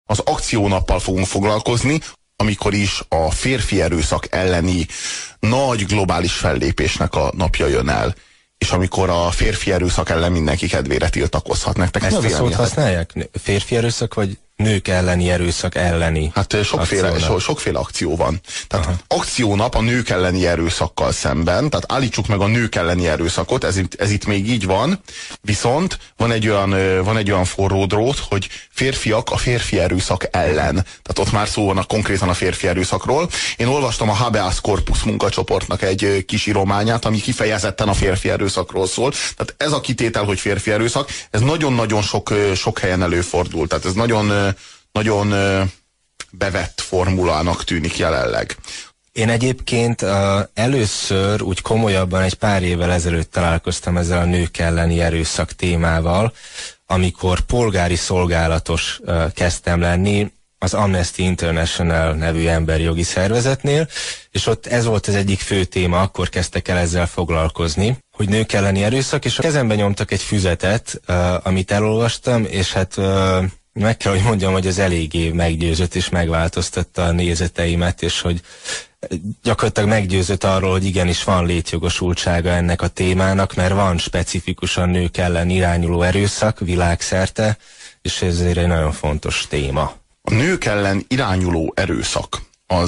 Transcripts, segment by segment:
az akciónappal fogunk foglalkozni, amikor is a férfi erőszak elleni nagy globális fellépésnek a napja jön el. És amikor a férfi erőszak ellen mindenki kedvére tiltakozhat. Nektek ezt a szót használják? Férfi erőszak, vagy nők elleni erőszak elleni? Hát sokféle akció van. Tehát akciónap a nők elleni erőszakkal szemben, tehát állítsuk meg a nők elleni erőszakot, ez itt még így van, viszont van egy olyan forró drót, hogy férfiak a férfi erőszak ellen. Tehát ott már szó van konkrétan a férfi erőszakról. Én olvastam a Habeas Corpus munkacsoportnak egy kis írományát, ami kifejezetten a férfi erőszakról szól. Tehát ez a kitétel, hogy férfi erőszak, ez nagyon-nagyon sok helyen előfordul. Tehát ez nagyon bevett formulának tűnik jelenleg. Én egyébként először úgy komolyabban egy pár évvel ezelőtt találkoztam ezzel a nők elleni erőszak témával, amikor polgári szolgálatos kezdtem lenni az Amnesty International nevű emberjogi szervezetnél, és ott ez volt az egyik fő téma, akkor kezdtek el ezzel foglalkozni, hogy nők elleni erőszak, és a kezembe nyomtak egy füzetet, amit elolvastam, és hát meg kell, hogy mondjam, hogy az eléggé meggyőzött és megváltoztatta a nézeteimet, és hogy gyakorlatilag meggyőzött arról, hogy igenis van létjogosultsága ennek a témának, mert van specifikusan nők ellen irányuló erőszak világszerte, és ezért egy nagyon fontos téma. A nők ellen irányuló erőszak,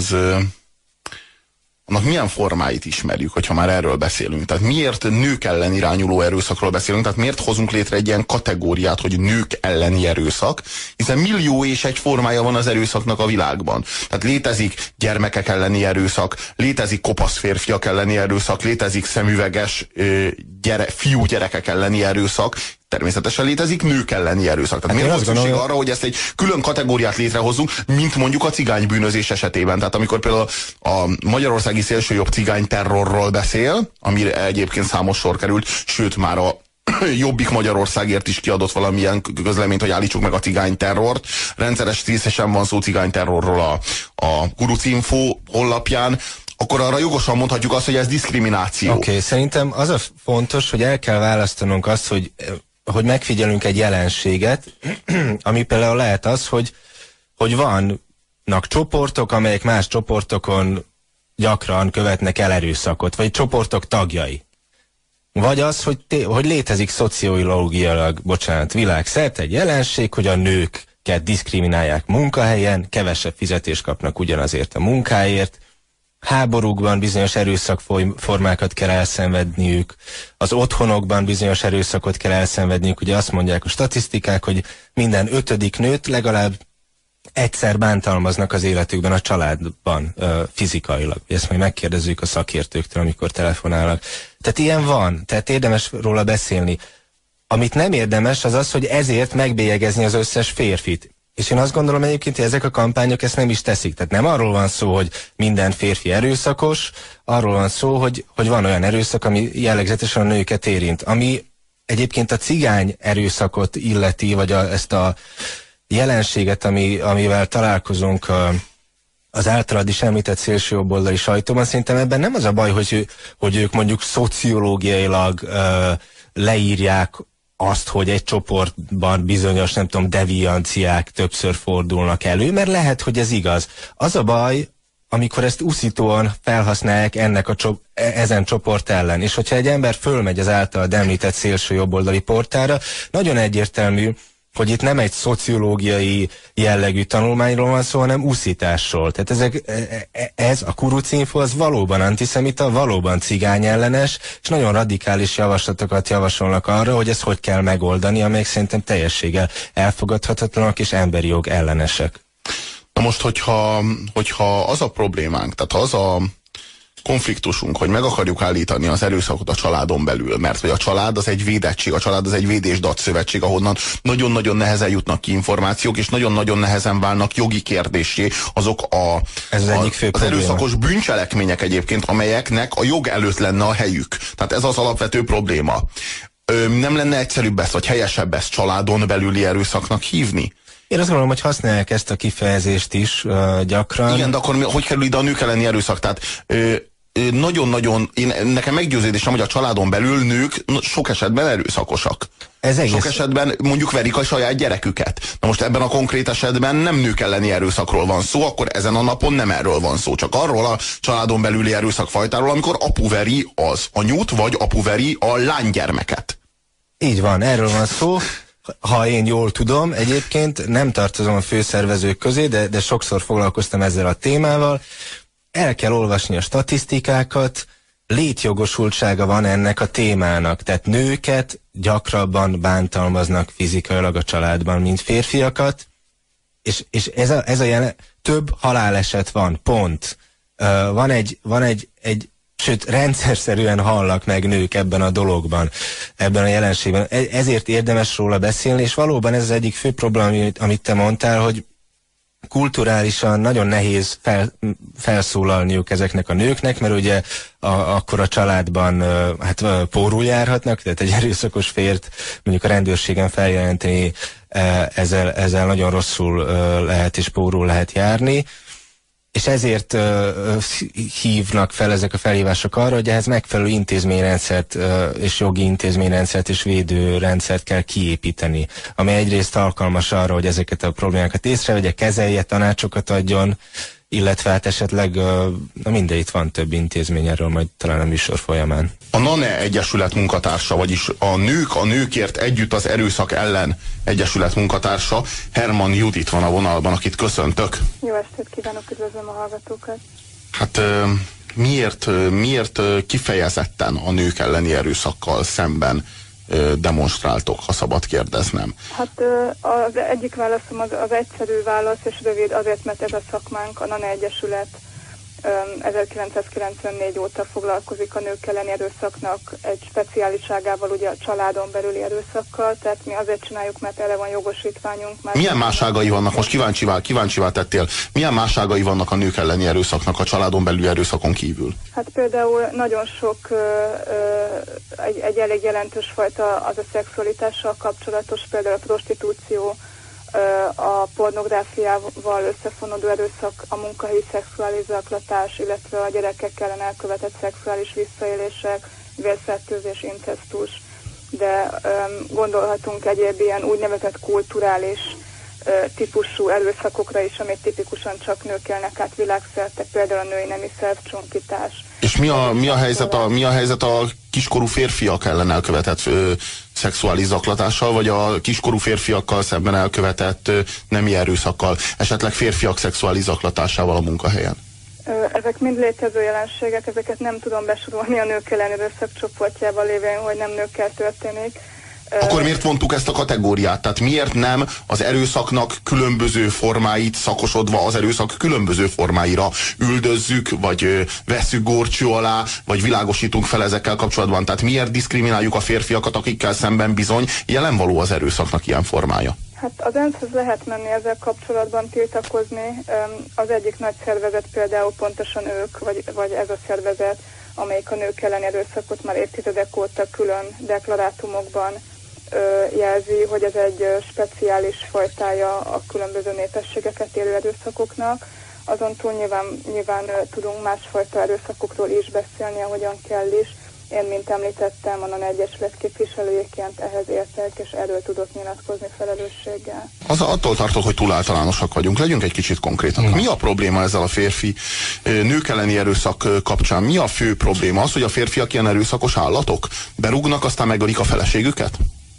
annak milyen formáit ismerjük, hogyha már erről beszélünk? Tehát miért nők ellen irányuló erőszakról beszélünk? Tehát miért hozunk létre egy ilyen kategóriát, hogy nők elleni erőszak? Hiszen millió és egy formája van az erőszaknak a világban. Tehát létezik gyermekek elleni erőszak, létezik kopasz férfiak elleni erőszak, létezik szemüveges fiúgyerekek elleni erőszak, természetesen létezik nők elleni erőszak. Tehát miért volt szükség arra, hogy ezt egy külön kategóriát létrehozzunk, mint mondjuk a cigánybűnözés esetében. Tehát amikor például a magyarországi szélsőjobb cigányterrorról beszél, amire egyébként számos sor került, sőt már a Jobbik Magyarországért is kiadott valamilyen közleményt, hogy állítsuk meg a cigányterrort. Rendszeresen van szó cigányterrorról a Kurucinfo honlapján, akkor arra jogosan mondhatjuk azt, hogy ez diszkrimináció. Oké, szerintem az a fontos, hogy el kell választanunk azt, hogy megfigyelünk egy jelenséget, ami például lehet az, hogy vannak csoportok, amelyek más csoportokon gyakran követnek el erőszakot, vagy csoportok tagjai. Vagy az, hogy létezik szociológiailag, világszerte egy jelenség, hogy a nőket diszkriminálják munkahelyen, kevesebb fizetést kapnak ugyanazért a munkáért, háborúkban bizonyos erőszakformákat kell elszenvedniük, az otthonokban bizonyos erőszakot kell elszenvedniük. Ugye azt mondják a statisztikák, hogy minden 5. nőt legalább egyszer bántalmaznak az életükben a családban fizikailag. Ezt majd megkérdezzük a szakértőktől, amikor telefonálnak. Tehát ilyen van, tehát érdemes róla beszélni. Amit nem érdemes, az az, hogy ezért megbélyegezni az összes férfit. És én azt gondolom egyébként, hogy ezek a kampányok ezt nem is teszik. Tehát nem arról van szó, hogy minden férfi erőszakos, arról van szó, hogy van olyan erőszak, ami jellegzetesen a nőket érint. Ami egyébként a cigány erőszakot illeti, vagy ezt a jelenséget, amivel találkozunk az általad is említett szélsőjobboldali sajtóban, szerintem ebben nem az a baj, hogy ők mondjuk szociológiailag leírják azt, hogy egy csoportban bizonyos, nem tudom, devianciák többször fordulnak elő, mert lehet, hogy ez igaz. Az a baj, amikor ezt uszítóan felhasználják ezen csoport ellen. És hogyha egy ember fölmegy az általad említett szélsőjobboldali portára, nagyon egyértelmű, hogy itt nem egy szociológiai jellegű tanulmányról van szó, hanem uszításról. Tehát ez a Kurucinfo az valóban antiszemita, valóban cigányellenes, és nagyon radikális javaslatokat javasolnak arra, hogy ezt hogy kell megoldani, amelyek szerintem teljességgel elfogadhatatlanak és emberi jog ellenesek. Na most, hogyha az a problémánk, tehát az a konfliktusunk, hogy meg akarjuk állítani az erőszakot a családon belül, mert hogy a család az egy védettség, a család az egy védés-datszövetség, ahonnan nagyon-nagyon nehezen jutnak ki információk, és nagyon-nagyon nehezen válnak jogi kérdéssé azok az erőszakos bűncselekmények egyébként, amelyeknek a jog előtt lenne a helyük. Tehát ez az alapvető probléma. Nem lenne egyszerűbb ezt, vagy helyesebb ezt családon belüli erőszaknak hívni? Én azt gondolom, hogy használják ezt a kifejezést is gyakran. Igen, de akkor hogy kerül ide a nők elleni erőszak? Tehát nagyon-nagyon, nekem meggyőződésem, hogy a családon belül nők sok esetben erőszakosak. Sok esetben mondjuk verik a saját gyereküket. Na most ebben a konkrét esetben nem nők elleni erőszakról van szó, akkor ezen a napon nem erről van szó, csak arról a családon belüli erőszakfajtáról, amikor apu veri az anyut, vagy apu veri a lánygyermeket. Így van, erről van szó. Ha én jól tudom, egyébként nem tartozom a főszervezők közé, de sokszor foglalkoztam ezzel a témával. El kell olvasni a statisztikákat, létjogosultsága van ennek a témának. Tehát nőket gyakrabban bántalmaznak fizikailag a családban, mint férfiakat, és ez a több haláleset van, pont. Van egy sőt, rendszerszerűen hallak meg nők ebben a dologban, ebben a jelenségben. Ezért érdemes róla beszélni, és valóban ez az egyik fő probléma, amit te mondtál, hogy kulturálisan nagyon nehéz felszólalniuk ezeknek a nőknek, mert ugye akkor a családban pórul járhatnak, tehát egy erőszakos fért mondjuk a rendőrségen feljelenteni ezzel nagyon rosszul lehet és pórul lehet járni. És ezért hívnak fel ezek a felhívások arra, hogy ehhez megfelelő intézményrendszert és jogi intézményrendszert és védőrendszert kell kiépíteni, amely egyrészt alkalmas arra, hogy ezeket a problémákat észrevegye, kezelje, tanácsokat adjon, illetve hát esetleg mindegy, itt van több intézmény, erről majd talán a műsor folyamán. A NANE Egyesület munkatársa, vagyis a nőkért együtt az erőszak ellen Egyesület munkatársa, Herman Judit van a vonalban, akit köszöntök. Jó estét kívánok, üdvözlöm a hallgatókat. Hát miért kifejezetten a nők elleni erőszakkal szemben demonstráltok, ha szabad kérdeznem? Hát az egyik válaszom az egyszerű válasz, és rövid, azért, mert ez a szakmánk, a NANE Egyesület 1994 óta foglalkozik a nők elleni erőszaknak egy speciáliságával, ugye a családon belüli erőszakkal, tehát mi azért csináljuk, mert erre van jogosítványunk. Milyen másságai vannak, most kíváncsivá tettél, milyen másságai vannak a nők elleni erőszaknak a családon belüli erőszakon kívül? Hát például nagyon sok, egy elég jelentős fajta az a szexualitással kapcsolatos, például a prostitúció, a pornográfiával összefonódó erőszak, a munkahelyi szexuális zaklatás, illetve a gyerekek ellen elkövetett szexuális visszaélések, vérfertőzés, incesztus, de gondolhatunk egyéb ilyen úgynevezett kulturális típusú erőszakokra is, amit tipikusan csak nők élnek át világszerte, például a női nemi szervcsonkítás. És mi a helyzet a kiskorú férfiak ellen elkövetett szexuális zaklatással, vagy a kiskorú férfiakkal szemben elkövetett nemi erőszakkal, esetleg férfiak szexuális zaklatásával a munkahelyen? Ezek mind létező jelenségek, ezeket nem tudom besorolni a nők elleni erőszak csoportjában lévén, hogy nem nőkkel történik. Akkor miért vontuk ezt a kategóriát? Tehát miért nem az erőszaknak különböző formáit szakosodva az erőszak különböző formáira üldözzük, vagy vesszük górcső alá, vagy világosítunk fel ezekkel kapcsolatban? Tehát miért diszkrimináljuk a férfiakat, akikkel szemben bizony jelen való az erőszaknak ilyen formája? Hát az ENSZ-hez lehet menni ezzel kapcsolatban tiltakozni. Az egyik nagy szervezet például pontosan ők, vagy ez a szervezet, amelyik a nők elleni erőszakot már évtizedek óta külön deklarátumokban jelzi, hogy ez egy speciális fajtája a különböző népességeket érő erőszakoknak. Azon túl nyilván tudunk másfajta erőszakokról is beszélni, ahogyan kell is. Én, mint említettem, a NANE Egyesület képviselőjeként ehhez értek, és erről tudok nyilatkozni felelősséggel. Attól tartok, hogy túl általánosak vagyunk. Legyünk egy kicsit konkrétak. Mi a probléma ezzel a férfi nők elleni erőszak kapcsán? Mi a fő probléma? Az, hogy a férfiak ilyen erőszakos állatok? Berúgnak, aztán megölik a feleségüket?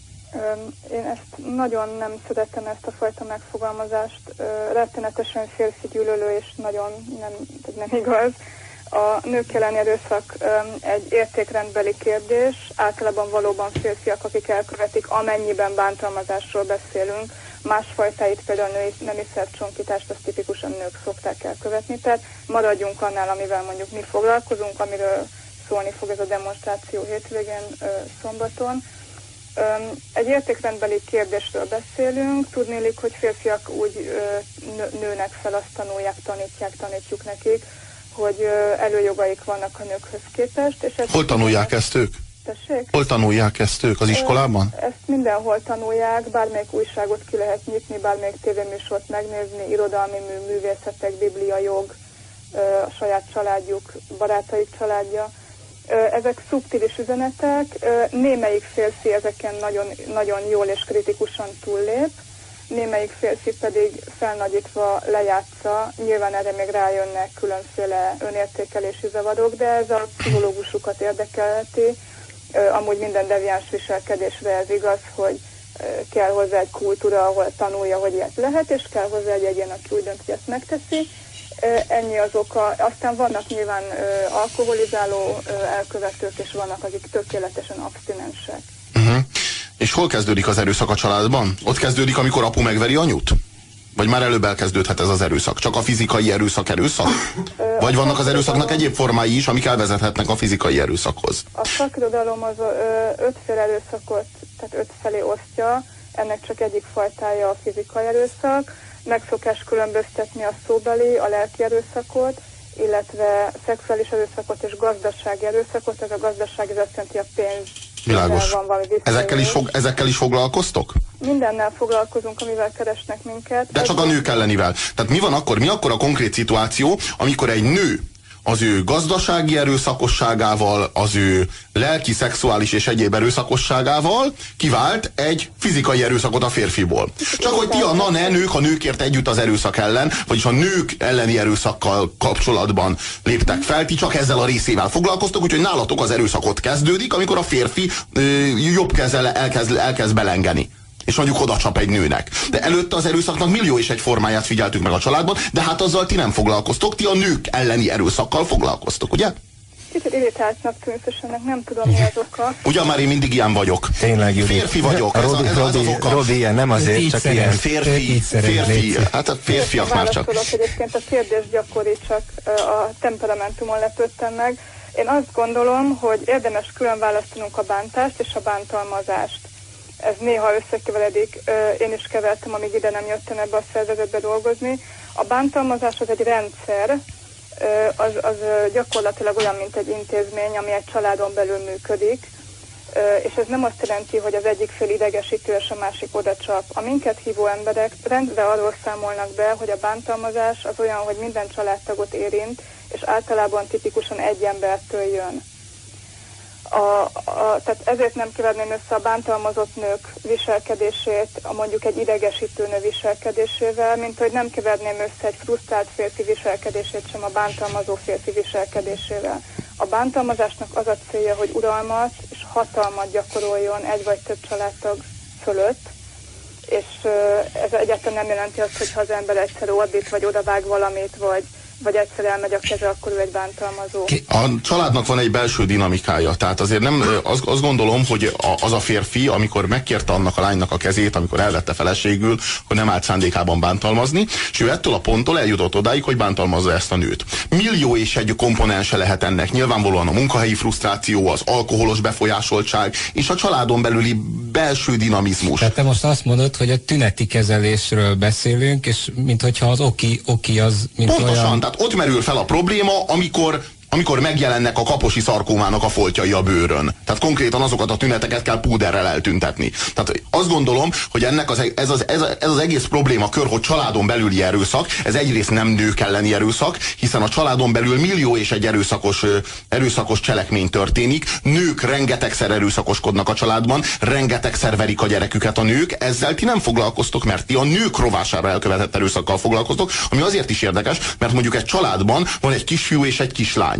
Én ezt nagyon nem szeretem, ezt a fajta megfogalmazást. Rettenetesen férfi gyűlölő, és nagyon nem igaz. A nők elleni erőszak egy értékrendbeli kérdés. Általában valóban férfiak, akik elkövetik, amennyiben bántalmazásról beszélünk. Másfajtáit, például a női nemi szervcsonkítást, azt tipikusan nők szokták elkövetni. Tehát maradjunk annál, amivel mondjuk mi foglalkozunk, amiről szólni fog ez a demonstráció hétvégén, szombaton. Egy értékrendbeli kérdésről beszélünk. Tudnélik, hogy férfiak úgy nőnek fel, azt tanítjuk nekik, hogy előjogaik vannak a nőkhöz képest. És hol tanulják ezt ők? Tessék? Hol tanulják ezt ők? Az iskolában? Ezt mindenhol tanulják, bármelyik újságot ki lehet nyitni, bármelyik tévéműsort megnézni, irodalmi művészetek, biblia, jog, a saját családjuk, barátaik családja. Ezek szubtilis üzenetek, némelyik férfi ezeken nagyon, nagyon jól és kritikusan túllép, némelyik férfi pedig felnagyítva lejátsza, nyilván erre még rájönnek különféle önértékelési zavarok, de ez a pszichológusukat érdekelheti. Amúgy minden deviáns viselkedésre ez igaz, hogy kell hozzá egy kultúra, ahol tanulja, hogy ilyet lehet, és kell hozzá egy egyén, aki úgy dönt, hogy ezt megteszi. Ennyi az oka. Aztán vannak nyilván alkoholizáló elkövetők, és vannak, akik tökéletesen abstinensek. És hol kezdődik az erőszak a családban? Ott kezdődik, amikor apu megveri anyut? Vagy már előbb elkezdődhet ez az erőszak? Csak a fizikai erőszak? Vagy vannak az erőszaknak egyéb formái is, amik elvezethetnek a fizikai erőszakhoz? A szakirodalom az ötféle erőszakot, tehát ötfelé osztja, ennek csak egyik fajtája a fizikai erőszak. Megszokás különböztetni a szóbeli, a lelki erőszakot, illetve szexuális erőszakot és gazdasági erőszakot. Ez a gazdaság, ez azt jelenti, a pénz. Világos. Ezekkel is foglalkoztok? Mindennel foglalkozunk, amivel keresnek minket. De csak a nők ellenivel. Tehát mi van akkor? Mi akkor a konkrét szituáció, amikor egy nő az ő gazdasági erőszakosságával, az ő lelki, szexuális és egyéb erőszakosságával kivált egy fizikai erőszakot a férfiból. Csak hogy ti a nők a nőkért együtt az erőszak ellen, vagyis a nők elleni erőszakkal kapcsolatban léptek fel, ti csak ezzel a részével foglalkoztok, úgyhogy nálatok az erőszakot kezdődik, amikor a férfi jobb kezzel elkezd belengeni. És mondjuk oda csap egy nőnek. De előtte az erőszaknak millió és egy formáját figyeltük meg a családban, de hát azzal ti nem foglalkoztok, ti a nők elleni erőszakkal foglalkoztok, ugye? Kicsit irritáltnak tűnsz, és ennek nem tudom, mi az oka. Ugyan már én mindig ilyen vagyok. Tényleg, Judit. Férfi vagyok, ez az oka. Robi ilyen, nem azért, csak ilyen. Férfi. Hát a férfiak már csak. Egyébként a kérdés gyakori, csak a temperamentumon lepődtem meg. Én azt gondolom, hogy érdemes külön választanunk a bántást és a bántalmazást. Ez néha összekeveredik, én is kevertem, amíg ide nem jöttem ebbe a szervezetbe dolgozni. A bántalmazás az egy rendszer, az gyakorlatilag olyan, mint egy intézmény, ami egy családon belül működik, és ez nem azt jelenti, hogy az egyik fél idegesítő, és a másik oda csap. A minket hívó emberek rendre arról számolnak be, hogy a bántalmazás az olyan, hogy minden családtagot érint, és általában tipikusan egy embertől jön. Tehát ezért nem keverném össze a bántalmazott nők viselkedését mondjuk egy idegesítő nő viselkedésével, mint hogy nem keverném össze egy frusztrált férfi viselkedését sem a bántalmazó férfi viselkedésével. A bántalmazásnak az a célja, hogy uralmat és hatalmat gyakoroljon egy vagy több családtag fölött, és ez egyáltalán nem jelenti azt, hogy ha az ember egyszer ordít, vagy odavág valamit, vagy egyszer elmegy a keze, akkor ő egy bántalmazó. A családnak van egy belső dinamikája, tehát azért nem, azt gondolom, hogy az a férfi, amikor megkérte annak a lánynak a kezét, amikor elvette feleségül, hogy nem állt szándékában bántalmazni, és ő ettől a ponttól eljutott odáig, hogy bántalmazza ezt a nőt. Millió és egy komponense lehet ennek. Nyilvánvalóan a munkahelyi frusztráció, az alkoholos befolyásoltság, és a családon belüli belső dinamizmus. Tehát te most azt mondod, hogy a tüneti kezelésről beszélünk, és minthogyha az oki az, mint pontosan, olyan... tehát ott merül fel a probléma, amikor megjelennek a kaposi szarkómának a foltjai a bőrön. Tehát konkrétan azokat a tüneteket kell púderrel eltüntetni. Tehát azt gondolom, hogy ennek ez az egész problémakör, hogy családon belüli erőszak, ez egyrészt nem nők elleni erőszak, hiszen a családon belül millió és egy erőszakos cselekmény történik. Nők rengetegszer erőszakoskodnak a családban, rengetegszer verik a gyereküket a nők, ezzel ti nem foglalkoztok, mert ti a nők rovására elkövetett erőszakkal foglalkoztok, ami azért is érdekes, mert mondjuk egy családban van egy kisfiú és egy kislány.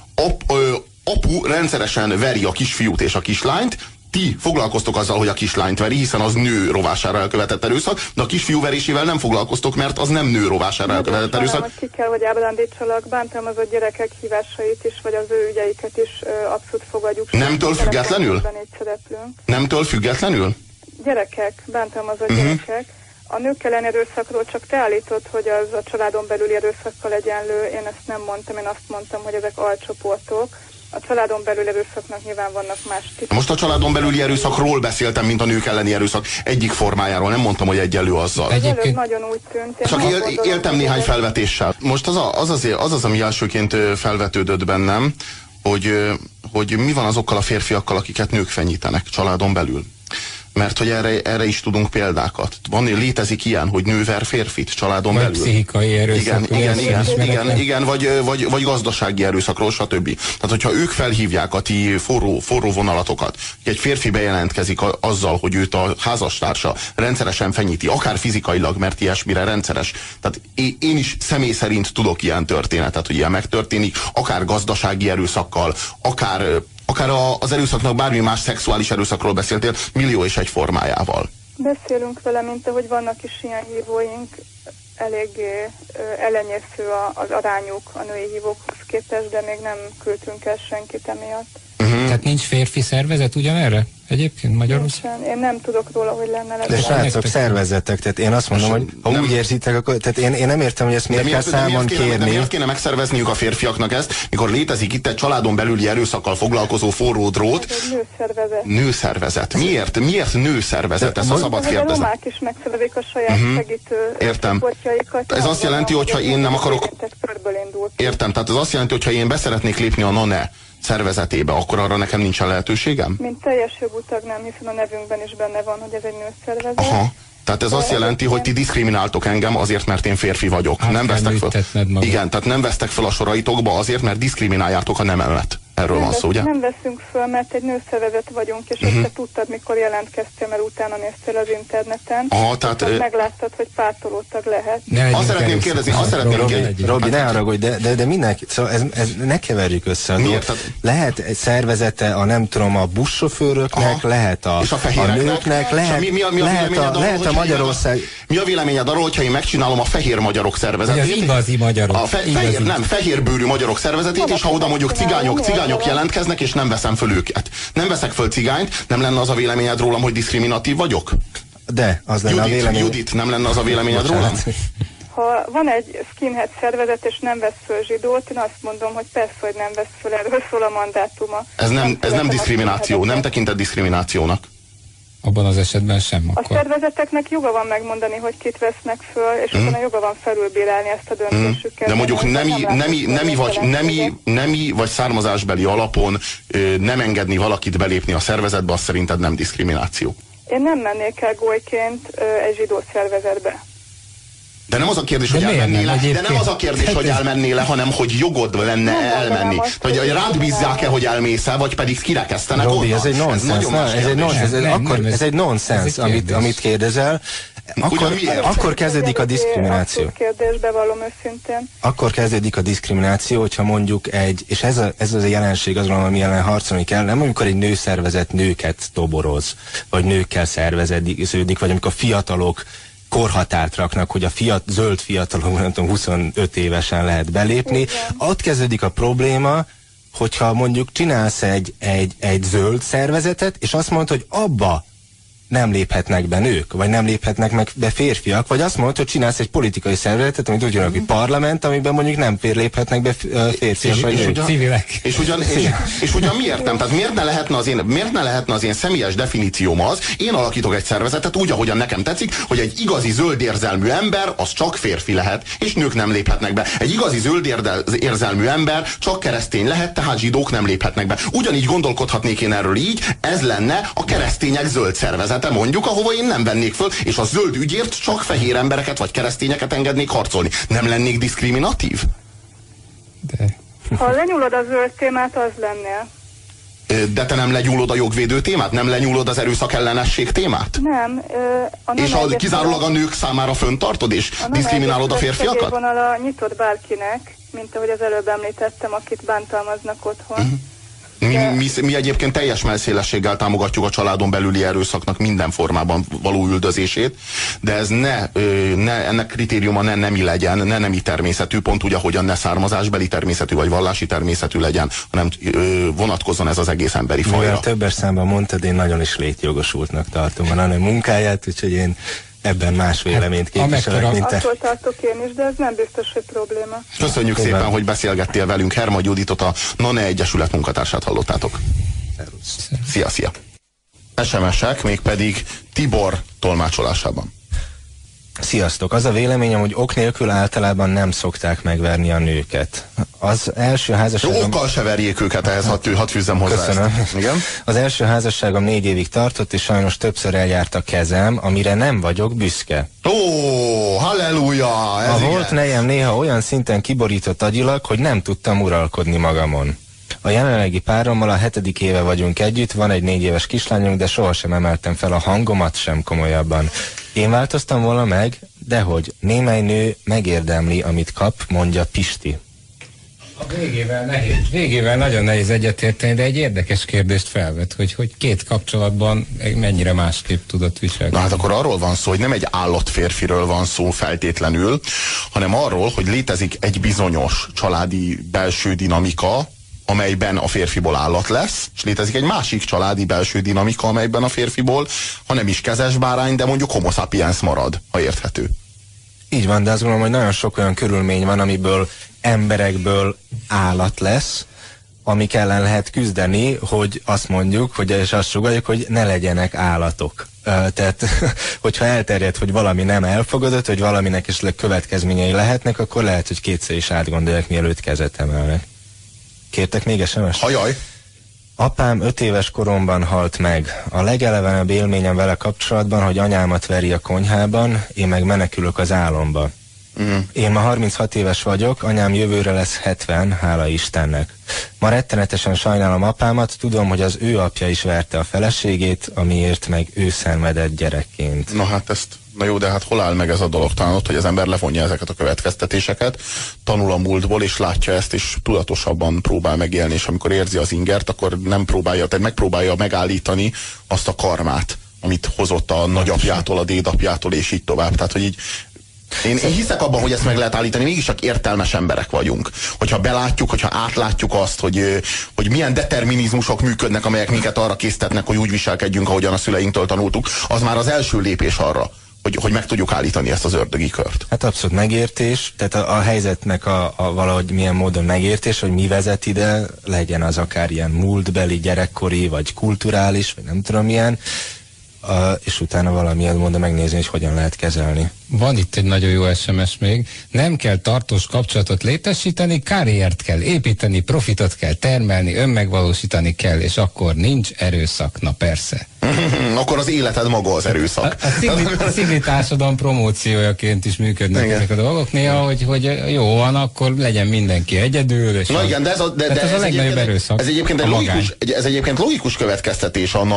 Apu rendszeresen veri a kisfiút és a kislányt, ti foglalkoztok azzal, hogy a kislányt veri, hiszen az nő rovására elkövetett erőszak, de a kisfiú verésével nem foglalkoztok, mert az nem nő rovására elkövetett erőszak. Ki kell, hogy ábrándítsalak, bántalmazott gyerekek hívásait is, vagy az ő ügyeiket is abszolút fogadjuk. Nemtől függetlenül? Nemtől függetlenül? Gyerekek, bántalmazott gyerekek. A nők ellen erőszakról csak te állítod, hogy az a családon belüli erőszakkal egyenlő. Én ezt nem mondtam, én azt mondtam, hogy ezek alcsoportok. A családon belüli erőszaknak nyilván vannak más típusok. Most a családon belüli erőszakról beszéltem, mint a nők elleni erőszak egyik formájáról. Nem mondtam, hogy egyenlő azzal. Egyébként nagyon úgy tűnt. Csak éltem néhány felvetéssel. Most az, ami elsőként felvetődött bennem, hogy mi van azokkal a férfiakkal, akiket nők fenyítenek családon belül. Mert hogy erre is tudunk példákat. Létezik ilyen, hogy nő ver férfit családon vagy belül. Pszichikai erőszak. Igen, vagy gazdasági erőszakról, stb. Tehát, hogyha ők felhívják a ti forró vonalatokat, hogy egy férfi bejelentkezik azzal, hogy őt a házastársa rendszeresen fenyíti, akár fizikailag, mert ilyesmire rendszeres. Tehát én is személy szerint tudok ilyen történetet, hogy ilyen megtörténik, akár gazdasági erőszakkal, akár az erőszaknak bármi más szexuális erőszakról beszéltél, millió és egy formájával. Beszélünk vele, mint ahogy vannak is ilyen hívóink, eléggé elenyésző az arányuk a női hívókhoz képest, de még nem küldtünk el senkit emiatt. Tehát nincs férfi szervezet ugyanerre? Egyébként Magyarországon? Én nem tudok róla, hogy lenne. De srácok, szervezetek, tehát én azt mondom, hogy ha úgy érzitek, akkor tehát én nem értem, hogy ezt miért kell számon kérni. De miért kéne megszervezniük a férfiaknak ezt, mikor létezik itt egy családon belüli erőszakkal foglalkozó forró drót? Ez egy nőszervezet. Nőszervezet. Miért nőszervezet? Ezt a szabad kérdezem. A romák is megszervezik a saját segítő csoportjaikat. Ez azt jelenti, hogyha én nem akarok... Értem, tehát ez azt jelenti, hogyha én beszeretnék lépni a NONE szervezetébe, akkor arra nekem nincsen lehetőségem? Mint teljes jogú tag nem, hiszen a nevünkben is benne van, hogy ez egy nőszervezet. Aha. Tehát ez azt jelenti, hogy ti diszkrimináltok engem azért, mert én férfi vagyok. Nem vesztek fel. Igen, tehát nem vesztek fel a soraitokba azért, mert diszkrimináljátok a nememet. Erről van szó, ugye? Nem veszünk föl, mert egy nőszervezet vagyunk, és ezt te tudtad, mikor jelentkeztél, mert utána néztél az interneten. Tehát megláttad, hogy pártolótag lehet. Azt szeretném kérdezni, Robi, ne haragudj, de mindenki, szóval ne keverjük össze a dolgot. Lehet egy szervezete a buszsofőröknek, lehet a nőknek, lehet a Magyarország... Mi a véleményed arról, hogyha én megcsinálom a fehér magyarok szervezetét? Az igazi magyarok. Fehérbőrű magyarok szervezetét, és ha oda mondjuk cigányok jelentkeznek, és nem veszem föl őket. Nem veszek föl cigányt, nem lenne az a véleményed rólam, hogy diszkriminatív vagyok? De, az lenne a vélemény. Judit, nem lenne az a véleményed rólam? Ha van egy skinhead szervezet, és nem vesz föl zsidót, én azt mondom, hogy persze, hogy nem vesz föl, erről szól a mandátuma. Ez nem diszkrimináció, nem tekintett diszkriminációnak. Abban az esetben sem akkor. A szervezeteknek joga van megmondani, hogy kit vesznek föl, és utána joga van felülbírálni ezt a döntésüket. De mondjuk nemi vagy származásbeli alapon nem engedni valakit belépni a szervezetbe, az szerinted nem diszkrimináció? Én nem mennék el golyként egy zsidó szervezetbe. De nem az a kérdés, hogy elmennél le, hogy elmennél le, hanem hogy jogod lenne elmenni. Hogy rád bízzák-e, hogy elmész-e, vagy pedig kirekesztenek onnan. Robi, ez egy nonsens, amit kérdezel. Akkor kezdődik a diszkrimináció. Akkor kezdődik a diszkrimináció, hogyha mondjuk és ez az a jelenség az, ami ellen harcolni kell, nem amikor egy nőszervezet nőket toboroz, vagy nőkkel szerveződik, vagy amikor fiatalok korhatárt raknak, hogy a zöld fiatalok, nem tudom, 25 évesen lehet belépni. Igen. Ott kezdődik a probléma, hogyha mondjuk csinálsz egy zöld szervezetet, és azt mondod, hogy abba nem léphetnek be nők, vagy nem léphetnek meg be férfiak, vagy azt mondod, hogy csinálsz egy politikai szervezetet, amit úgy jönnek, hogy parlament, amiben mondjuk nem léphetnek be férfiak, vagy nők. Civilek. És ugyan miért nem? Tehát miért ne lehetne az én személyes definícióm az, én alakítok egy szervezetet úgy, ahogyan nekem tetszik, hogy egy igazi zöld érzelmű ember, az csak férfi lehet, és nők nem léphetnek be. Egy igazi zöld érzelmű ember csak keresztény lehet, tehát zsidók nem léphetnek be. Ugyanígy gondolkodhatnék én erről így, ez lenne a keresztények zöld szervezet. Mondjuk, ahova én nem vennék föl, és a zöld ügyért csak fehér embereket vagy keresztényeket engednék harcolni. Nem lennék diszkriminatív? De... Ha lenyúlod a zöld témát, az lennél. De te nem lenyúlod a jogvédő témát? Nem lenyúlod az erőszak ellenesség témát? Nem. És kizárólag a nők számára föntartod, és diszkriminálod a férfiakat? A vonala nyitott bárkinek, mint ahogy az előbb említettem, akit bántalmaznak otthon. Mi egyébként teljes mellszélességgel támogatjuk a családon belüli erőszaknak minden formában való üldözését, de ez ennek kritériuma ne nemi legyen, ne nemi természetű, pont úgy, ahogyan ne származásbeli természetű vagy vallási természetű legyen, hanem vonatkozzon ez az egész emberi fajra. Mivel többes számban mondtad, én nagyon is létjogosultnak tartom a nő munkáját, úgyhogy én ebben más véleményt képviselek, mint te. Attól tartok én is, de ez nem biztos, hogy probléma. Köszönjük szépen, hogy beszélgettél velünk. Herma Juditot, a NONE Egyesület munkatársát hallottátok. Szia! SMS-ek, mégpedig Tibor tolmácsolásában. Sziasztok! Az a véleményem, hogy ok nélkül általában nem szokták megverni a nőket. Az első házasságom... Okkal se verjék őket, ehhez hadd fűzzem hozzá. Köszönöm. Igen? Az első házasságom 4 évig tartott, és sajnos többször eljárt a kezem, amire nem vagyok büszke. Ó, halleluja! A volt nejem néha olyan szinten kiborított agyilag, hogy nem tudtam uralkodni magamon. A jelenlegi párommal a 7. éve vagyunk együtt, van egy 4 éves kislányunk, de sohasem emeltem fel a hangomat sem komolyabban. Én változtam volna meg, dehogy némely nő megérdemli, amit kap, mondja Pisti. A végével nagyon nehéz egyetérteni, de egy érdekes kérdést felvet, hogy két kapcsolatban mennyire másképp tudott viselkedni. Na hát akkor arról van szó, hogy nem egy állatférfiről van szó feltétlenül, hanem arról, hogy létezik egy bizonyos családi belső dinamika, amelyben a férfiból állat lesz, és létezik egy másik családi belső dinamika, amelyben a férfiból, ha nem is kezes bárány, de mondjuk homo sapiens marad, ha érthető. Így van, de azt gondolom, hogy nagyon sok olyan körülmény van, amiből emberekből állat lesz, amik ellen lehet küzdeni, hogy azt mondjuk, hogy, és azt sugalljuk, hogy ne legyenek állatok. Tehát, hogyha elterjed, hogy valami nem elfogadott, hogy valaminek esetleg következményei lehetnek, akkor lehet, hogy kétszer is átgondolják, mielőtt kezet emelnek. Kértek még SMS-t? Hajaj! Apám 5 éves koromban halt meg. A legelevenebb élményem vele kapcsolatban, hogy anyámat veri a konyhában, én meg menekülök az álomba. Én ma 36 éves vagyok, anyám jövőre lesz 70, hála Istennek. Ma rettenetesen sajnálom apámat, tudom, hogy az ő apja is verte a feleségét, amiért meg ő szenvedett gyerekként. Na hát na jó, de hát hol áll meg ez a dolog? Talán ott, hogy az ember levonja ezeket a következtetéseket, tanul a múltból, és látja ezt, és tudatosabban próbál megélni, és amikor érzi az ingert, akkor nem próbálja, tehát megpróbálja megállítani azt a karmát, amit hozott a nagyapjától, a dédapjától, és így tovább. Tehát, hogy így én hiszek abban, hogy ezt meg lehet állítani, mégiscsak értelmes emberek vagyunk. Hogyha belátjuk, hogyha átlátjuk azt, hogy milyen determinizmusok működnek, amelyek minket arra késztetnek, hogy úgy viselkedjünk, ahogyan a szüleinktől tanultuk, az már az első lépés arra, hogy meg tudjuk állítani ezt az ördögi kört. Hát abszolút megértés, tehát a helyzetnek a valahogy milyen módon megértés, hogy mi vezet ide, legyen az akár ilyen múltbeli, gyerekkori, vagy kulturális, vagy nem tudom milyen, és utána valamilyen módon megnézni, hogy hogyan lehet kezelni. Van itt egy nagyon jó SMS még. Nem kell tartós kapcsolatot létesíteni, karriert kell építeni, profitot kell termelni, önmegvalósítani kell, és akkor nincs erőszak. Na persze. Akkor az életed maga az erőszak. A szigli társadalom promóciójaként is működnek ezek a dolgok néha, hogy jó van, akkor legyen mindenki egyedül. És na igen, de ez a legnagyobb erőszak. Ez egyébként logikus következtetés a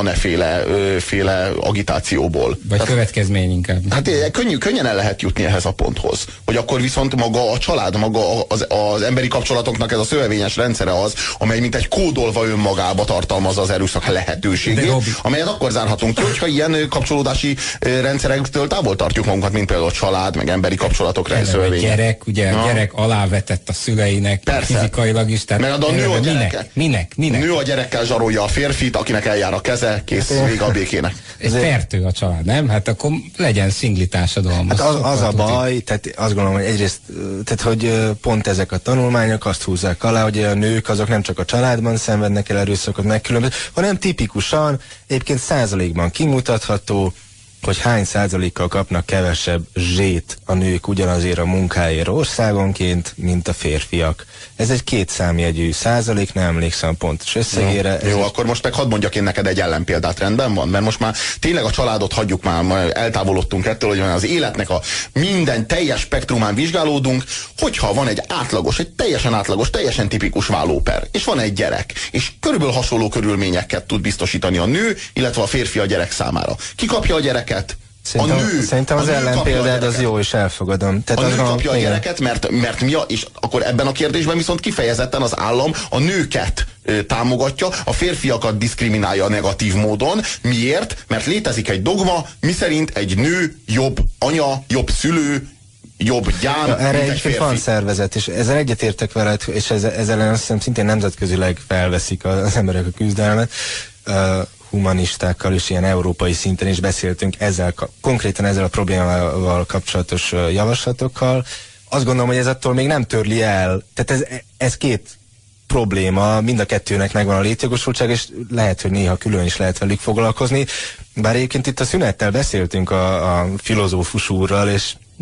féle agitációból. Vagy következmény inkább. Hát könnyen el lehet jutni ehhez a ponthoz. Hogy akkor viszont maga a család, maga az emberi kapcsolatoknak ez a szövevényes rendszere az, amely mint egy kódolva önmagába tartalmazza az erőszak lehetőségét, amelyet akkor zárhatunk ki, hogyha ilyen kapcsolódási rendszerektől távol tartjuk magunkat, mint például a család, meg emberi kapcsolatok rendszövevénye. Gyerek, ugye a gyerek alávetett a szüleinek, persze, fizikailag is. Tehát meg a nő a gyereke. Minek? Nő a gyerekkel zsarolja a férfit, akinek eljár a keze, kész, vége a békének. Ez fertő a család, nem? Hát akkor legyen szingli társadalom. Hát az a baj, tehát azt gondolom, hogy egyrészt, tehát hogy pont ezek a tanulmányok azt húzzák alá, hogy a nők azok nem csak a családban szenvednek el erőszakot megkülönböző, hanem tipikusan, egyébként százalékban kimutatható, hogy hány százalékkal kapnak kevesebb zsét a nők ugyanazért a munkáért országonként, mint a férfiak. Ez egy 2 számjegyű százalék, nem emlékszem a pontos összegére. Jó, akkor most meg hadd mondjak én neked egy ellenpéldát, rendben van? Mert most már tényleg a családot hagyjuk már eltávolodtunk ettől, hogy az életnek a minden teljes spektrumán vizsgálódunk, hogyha van egy teljesen átlagos, teljesen tipikus vállóper, és van egy gyerek, és körülbelül hasonló körülményeket tud biztosítani a nő, illetve a férfi a gyerek számára. Ki kapja a gyereket? Szerintem az ellenpéldád az jó, és elfogadom. Tehát a nő kapja a gyereket, mert és akkor ebben a kérdésben viszont kifejezetten az állam a nőket támogatja, a férfiakat diszkriminálja negatív módon. Miért? Mert létezik egy dogma, miszerint egy nő jobb anya, jobb szülő, jobb gyám, erre egyébként van szervezet, és ezzel egyetértek veled, és ezzel azt hiszem szintén nemzetközileg felveszik az emberek a küzdelmet. Humanistákkal és ilyen európai szinten is beszéltünk konkrétan ezzel a problémával kapcsolatos javaslatokkal. Azt gondolom, hogy ez attól még nem törli el. Tehát ez 2 probléma, mind a 2-nek megvan a létjogosultság, és lehet, hogy néha külön is lehet velük foglalkozni. Bár egyébként itt a szünettel beszéltünk a filozófus úrral, és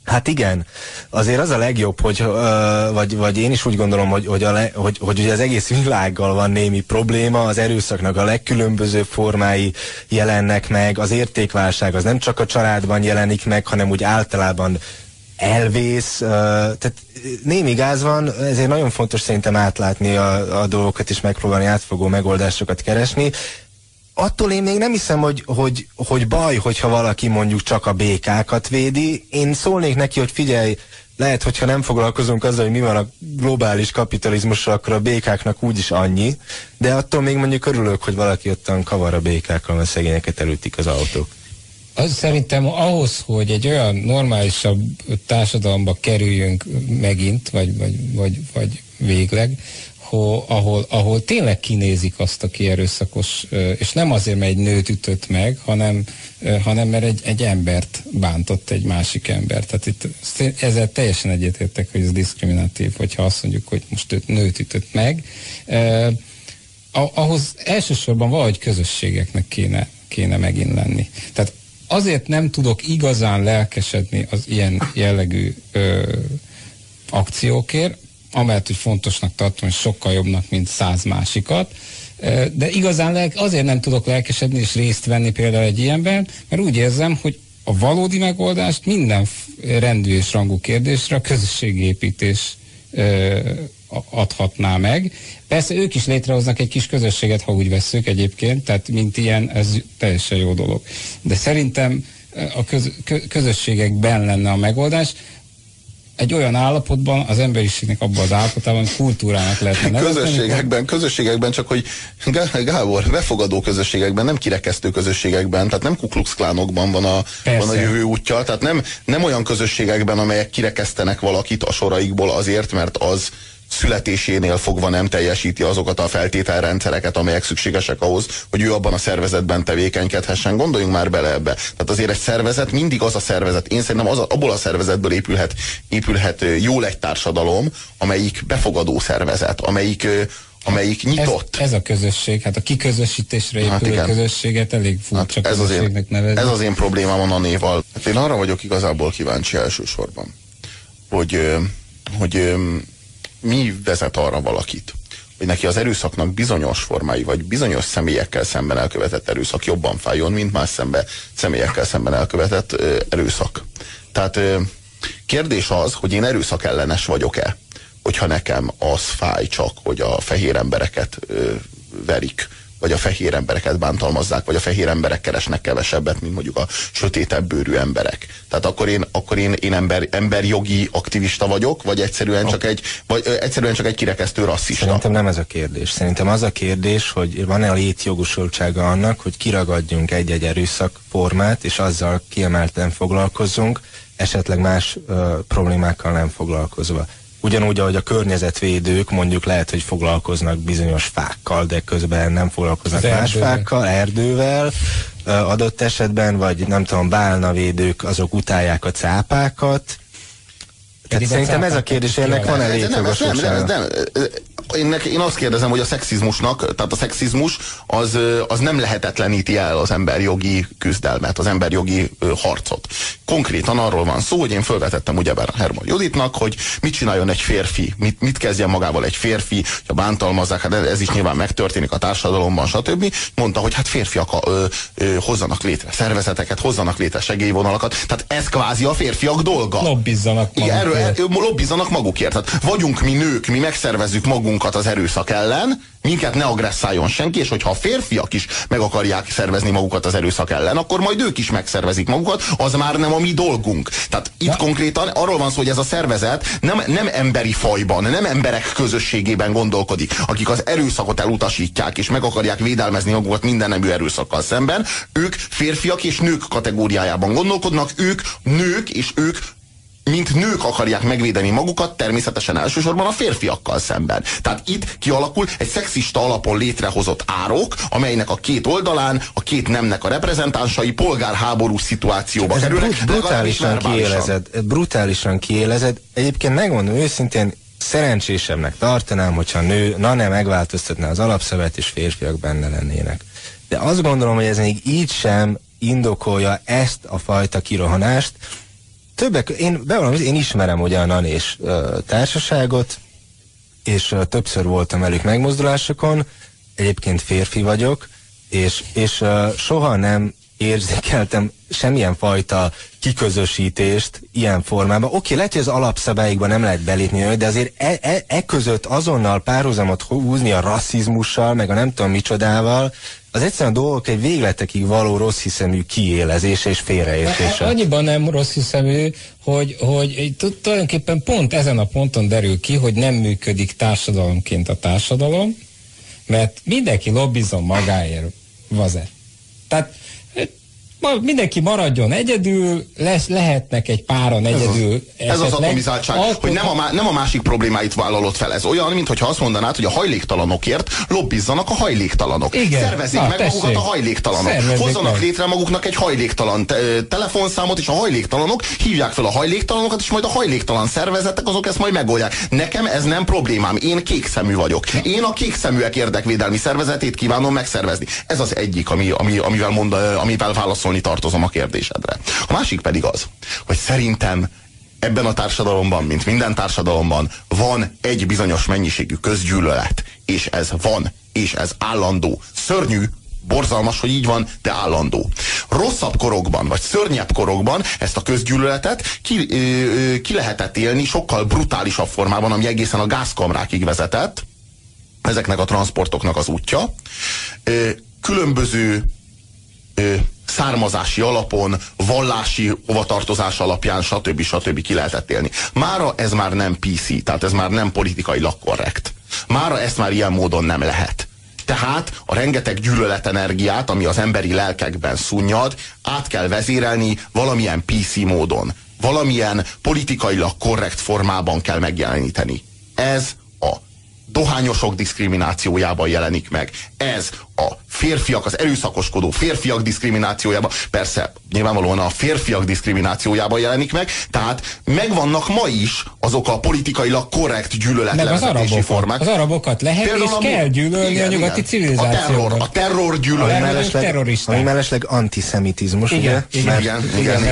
Hát igen, azért az a legjobb, hogy, vagy én is úgy gondolom, hogy ugye az egész világgal van némi probléma, az erőszaknak a legkülönbözőbb formái jelennek meg, az értékválság az nem csak a családban jelenik meg, hanem úgy általában elvész, tehát némi gáz van, ezért nagyon fontos szerintem átlátni a dolgokat és megpróbálni átfogó megoldásokat keresni. Attól én még nem hiszem, hogy baj, hogyha valaki mondjuk csak a békákat védi. Én szólnék neki, hogy figyelj, lehet, hogyha nem foglalkozunk azzal, hogy mi van a globális kapitalizmussal, akkor a békáknak úgyis annyi, de attól még mondjuk örülök, hogy valaki ottan kavar a békákkal, mert szegényeket elütik az autók. Az szerintem ahhoz, hogy egy olyan normálisabb társadalomba kerüljünk megint, vagy végleg, ahol tényleg kinézik azt, aki erőszakos, és nem azért, mert egy nőt ütött meg, hanem mert egy embert bántott, egy másik embert. Tehát itt ezzel teljesen egyetértek, hogy ez diszkriminatív, hogyha azt mondjuk, hogy most őt nőt ütött meg. Ahhoz elsősorban valahogy közösségeknek kéne megint lenni. Tehát azért nem tudok igazán lelkesedni az ilyen jellegű akciókért, amellett, hogy fontosnak tartom, és sokkal jobbnak, mint 100 másikat, de igazán azért nem tudok lelkesedni és részt venni például egy ilyenben, mert úgy érzem, hogy a valódi megoldást minden rendű és rangú kérdésre a közösségépítés adhatná meg. Persze ők is létrehoznak egy kis közösséget, ha úgy vesszük egyébként, tehát mint ilyen, ez teljesen jó dolog. De szerintem a közösségekben lenne a megoldás, egy olyan állapotban, az emberiségnek abban az állapotában kultúrának lehetne nevezni. Közösségekben, csak hogy Gábor, befogadó közösségekben, nem kirekesztő közösségekben, tehát nem Ku Klux Klánokban van a jövő útja, tehát nem olyan közösségekben, amelyek kirekesztenek valakit a soraikból azért, mert az születésénél fogva nem teljesíti azokat a feltételrendszereket, amelyek szükségesek ahhoz, hogy ő abban a szervezetben tevékenykedhessen. Gondoljunk már bele ebbe. Tehát azért egy szervezet mindig az a szervezet, én szerintem abból a szervezetből épülhet jól egy társadalom, amelyik befogadó szervezet, amelyik nyitott. Ez a közösség, hát a kiközösségre épülő közösséget elég furcsa közösségnek nevezni. Ez az én problémám a névval. Hát én arra vagyok igazából kíváncsi elsősorban, hogy mi vezet arra valakit, hogy neki az erőszaknak bizonyos formái, vagy bizonyos személyekkel szemben elkövetett erőszak jobban fájjon, mint más személyekkel szemben elkövetett erőszak. Tehát kérdés az, hogy én erőszak ellenes vagyok-e, hogyha nekem az fáj csak, hogy a fehér embereket verik, vagy a fehér embereket bántalmazzák, vagy a fehér emberek keresnek kevesebbet, mint mondjuk a sötétebb bőrű emberek. Tehát akkor én emberjogi aktivista vagyok, vagy egyszerűen csak egy kirekesztő rasszista. Szerintem nem ez a kérdés. Szerintem az a kérdés, hogy van-e a létjogosultsága annak, hogy kiragadjunk egy-egy erőszakformát, és azzal kiemelten foglalkozzunk, esetleg más problémákkal nem foglalkozva. Ugyanúgy, ahogy a környezetvédők mondjuk lehet, hogy foglalkoznak bizonyos fákkal, de közben nem foglalkoznak más fákkal, erdővel, adott esetben, vagy nem tudom, bálnavédők, azok utálják a cápákat. Tehát szerintem ez a kérdés, ennek van-e létjogosultsága? Én azt kérdezem, hogy a szexizmusnak, tehát a szexizmus az nem lehetetleníti el az emberjogi küzdelmet, az emberjogi harcot. Konkrétan arról van szó, hogy én felvetettem ugyebár Herman Juditnak, hogy mit csináljon egy férfi, mit kezdjen magával egy férfi, ha bántalmazzák, hát ez is nyilván megtörténik a társadalomban, stb. Mondta, hogy hát férfiak hozzanak létre szervezeteket, hozzanak létre segélyvonalakat, tehát ez kvázi a férfiak dolga. Lobbizzanak magukért. Lobbizzanak magukért. Tehát vagyunk mi nők, mi megszervezzük magunkat az erőszak ellen, minket ne agresszáljon senki, és hogyha a férfiak is meg akarják szervezni magukat az erőszak ellen, akkor majd ők is megszervezik magukat, az már nem a mi dolgunk. Tehát itt konkrétan arról van szó, hogy ez a szervezet nem emberi fajban, nem emberek közösségében gondolkodik, akik az erőszakot elutasítják, és meg akarják védelmezni magukat minden nemű erőszakkal szemben, ők férfiak és nők kategóriájában gondolkodnak, ők nők, és ők mint nők akarják megvédeni magukat, természetesen elsősorban a férfiakkal szemben. Tehát itt kialakul egy szexista alapon létrehozott árok, amelynek a két oldalán a két nemnek a reprezentánsai polgárháború szituációba kerülnek. Brutálisan kiélezed. Egyébként megmondom őszintén, szerencsésebbnek tartanám, hogyha nő, megváltoztatná az alapszövet, és férfiak benne lennének. De azt gondolom, hogy ez még így sem indokolja ezt a fajta kirohanást. én ismerem ugye a Nanés társaságot, és többször voltam velük megmozdulásokon, egyébként férfi vagyok, és soha nem érzékeltem semmilyen fajta kiközösítést ilyen formában. Oké, lehet, hogy az alapszabályokban nem lehet belépni, de azért között azonnal párhuzamot húzni a rasszizmussal, meg a nem tudom micsodával, az egyszerűen dolgok egy végletekig való rossz hiszemű kiélezése és félreértése. Annyiban nem rossz hiszemű, hogy tulajdonképpen pont ezen a ponton derül ki, hogy nem működik társadalomként a társadalom, mert mindenki lobbizom magáért, vaze. Tehát mindenki maradjon egyedül, lehetnek egy páran egyedül. Ez az atomizáltság, hogy nem a másik problémáit vállalod fel. Ez olyan, mintha azt mondanád, hogy a hajléktalanokért lobbizzanak a hajléktalanok. Igen. Szervezzék meg magukat a hajléktalanok. Hozzanak létre maguknak egy hajléktalan telefonszámot, és a hajléktalanok hívják fel a hajléktalanokat, és majd a hajléktalan szervezetek azok ezt majd megoldják. Nekem ez nem problémám. Én kékszemű vagyok. Én a kékszeműek érdekvédelmi szervezetét kívánom megszervezni. Ez az egyik, amivel válaszol tartozom a kérdésedre. A másik pedig az, hogy szerintem ebben a társadalomban, mint minden társadalomban van egy bizonyos mennyiségű közgyűlölet, és ez van, és ez állandó. Szörnyű, borzalmas, hogy így van, de állandó. Rosszabb korokban, vagy szörnyebb korokban ezt a közgyűlöletet ki lehetett élni sokkal brutálisabb formában, ami egészen a gázkamrákig vezetett, ezeknek a transportoknak az útja. Különböző származási alapon, vallási hovatartozás alapján, stb. Ki lehetett élni. Mára ez már nem PC, tehát ez már nem politikailag korrekt. Mára ezt már ilyen módon nem lehet. Tehát a rengeteg gyűlöletenergiát, ami az emberi lelkekben szunnyad, át kell vezérelni valamilyen PC módon. Valamilyen politikailag korrekt formában kell megjeleníteni. Ez a dohányosok diszkriminációjában jelenik meg. Ez a férfiak, az erőszakoskodó férfiak diszkriminációjában, persze nyilvánvalóan a férfiak diszkriminációjában jelenik meg, tehát megvannak ma is azok a politikailag korrekt gyűlöletlevezetési formák. Az arabokat lehet például és kell gyűlölni a nyugati civilizációban. A terror gyűlölet. Ami mellesleg antiszemitizmus, ugye? Igen.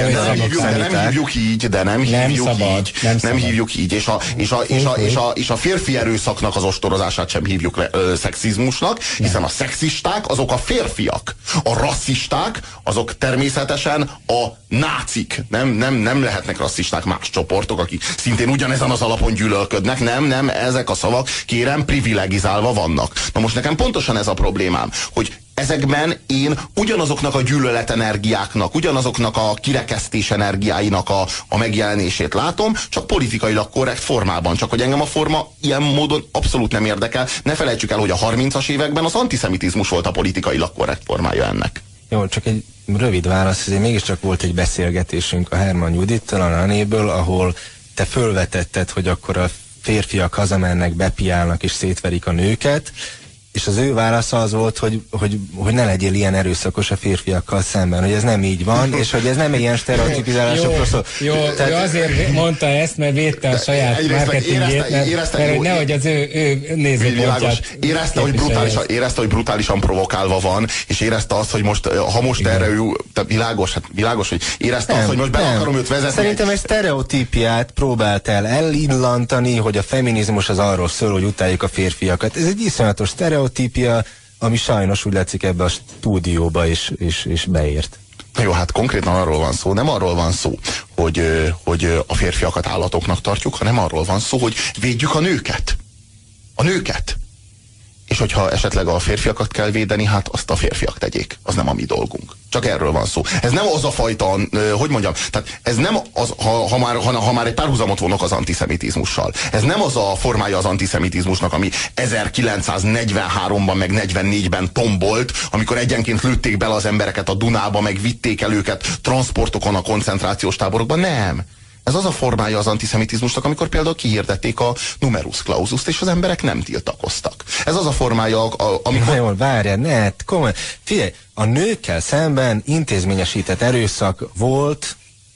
Nem hívjuk így, és a férfi erőszaknak az ostorozását sem hívjuk szexizmusnak, hiszen a szexisták azok a férfiak. A rasszisták azok természetesen a nácik. Nem lehetnek rasszisták más csoportok, akik szintén ugyanezen az alapon gyűlölködnek. Nem, ezek a szavak kérem privilegizálva vannak. Na most nekem pontosan ez a problémám, hogy ezekben én ugyanazoknak a gyűlöletenergiáknak, ugyanazoknak a kirekesztés energiáinak a megjelenését látom, csak politikailag korrekt formában. Csak hogy engem a forma ilyen módon abszolút nem érdekel. Ne felejtsük el, hogy a 30-as években az antiszemitizmus volt a politikailag korrekt formája ennek. Jó, csak egy rövid válasz, azért mégiscsak volt egy beszélgetésünk a Herman Judittal, a Nanéből, ahol te fölvetetted, hogy akkor a férfiak hazamennek, bepiálnak és szétverik a nőket, és az ő válasza az volt, hogy ne legyél ilyen erőszakos a férfiakkal szemben, hogy ez nem így van, és hogy ez nem ilyen stereotipizálásokról szól. Jó, ő azért mondta ezt, mert védte a saját marketingjét, mert nehogy az ő nézőpontját. Érezte, hogy brutálisan provokálva van, és érezte azt, hogy most, ha most igen. Erre ő, világos, hogy érezte azt, hogy most be akarom őt vezetni. Szerintem egy sztereotípiát próbált el elillantani, hogy a feminizmus az arról szól, hogy utáljuk a férfiakat. Ez egy iszonyatos sztereotípia, ami sajnos úgy látszik ebbe a stúdióba is beért. Jó, hát konkrétan arról van szó, nem arról van szó, hogy a férfiakat állatoknak tartjuk, hanem arról van szó, hogy védjük a nőket. A nőket. És hogyha esetleg a férfiakat kell védeni, hát azt a férfiak tegyék. Az nem a mi dolgunk. Csak erről van szó. Ez nem az a fajta, hogy mondjam, tehát ez nem az, ha már egy párhuzamot vonok az antiszemitizmussal. Ez nem az a formája az antiszemitizmusnak, ami 1943-ban meg 44-ben tombolt, amikor egyenként lőtték bele az embereket a Dunába, meg vitték el őket transportokon a koncentrációs táborokba. Nem. Ez az a formája az antiszemitizmusnak, amikor például kihirdették a numerus clausust, és az emberek nem tiltakoztak. Ez az a formája, amikor... Jól, várjál, komoly. Figyelj, a nőkkel szemben intézményesített erőszak volt,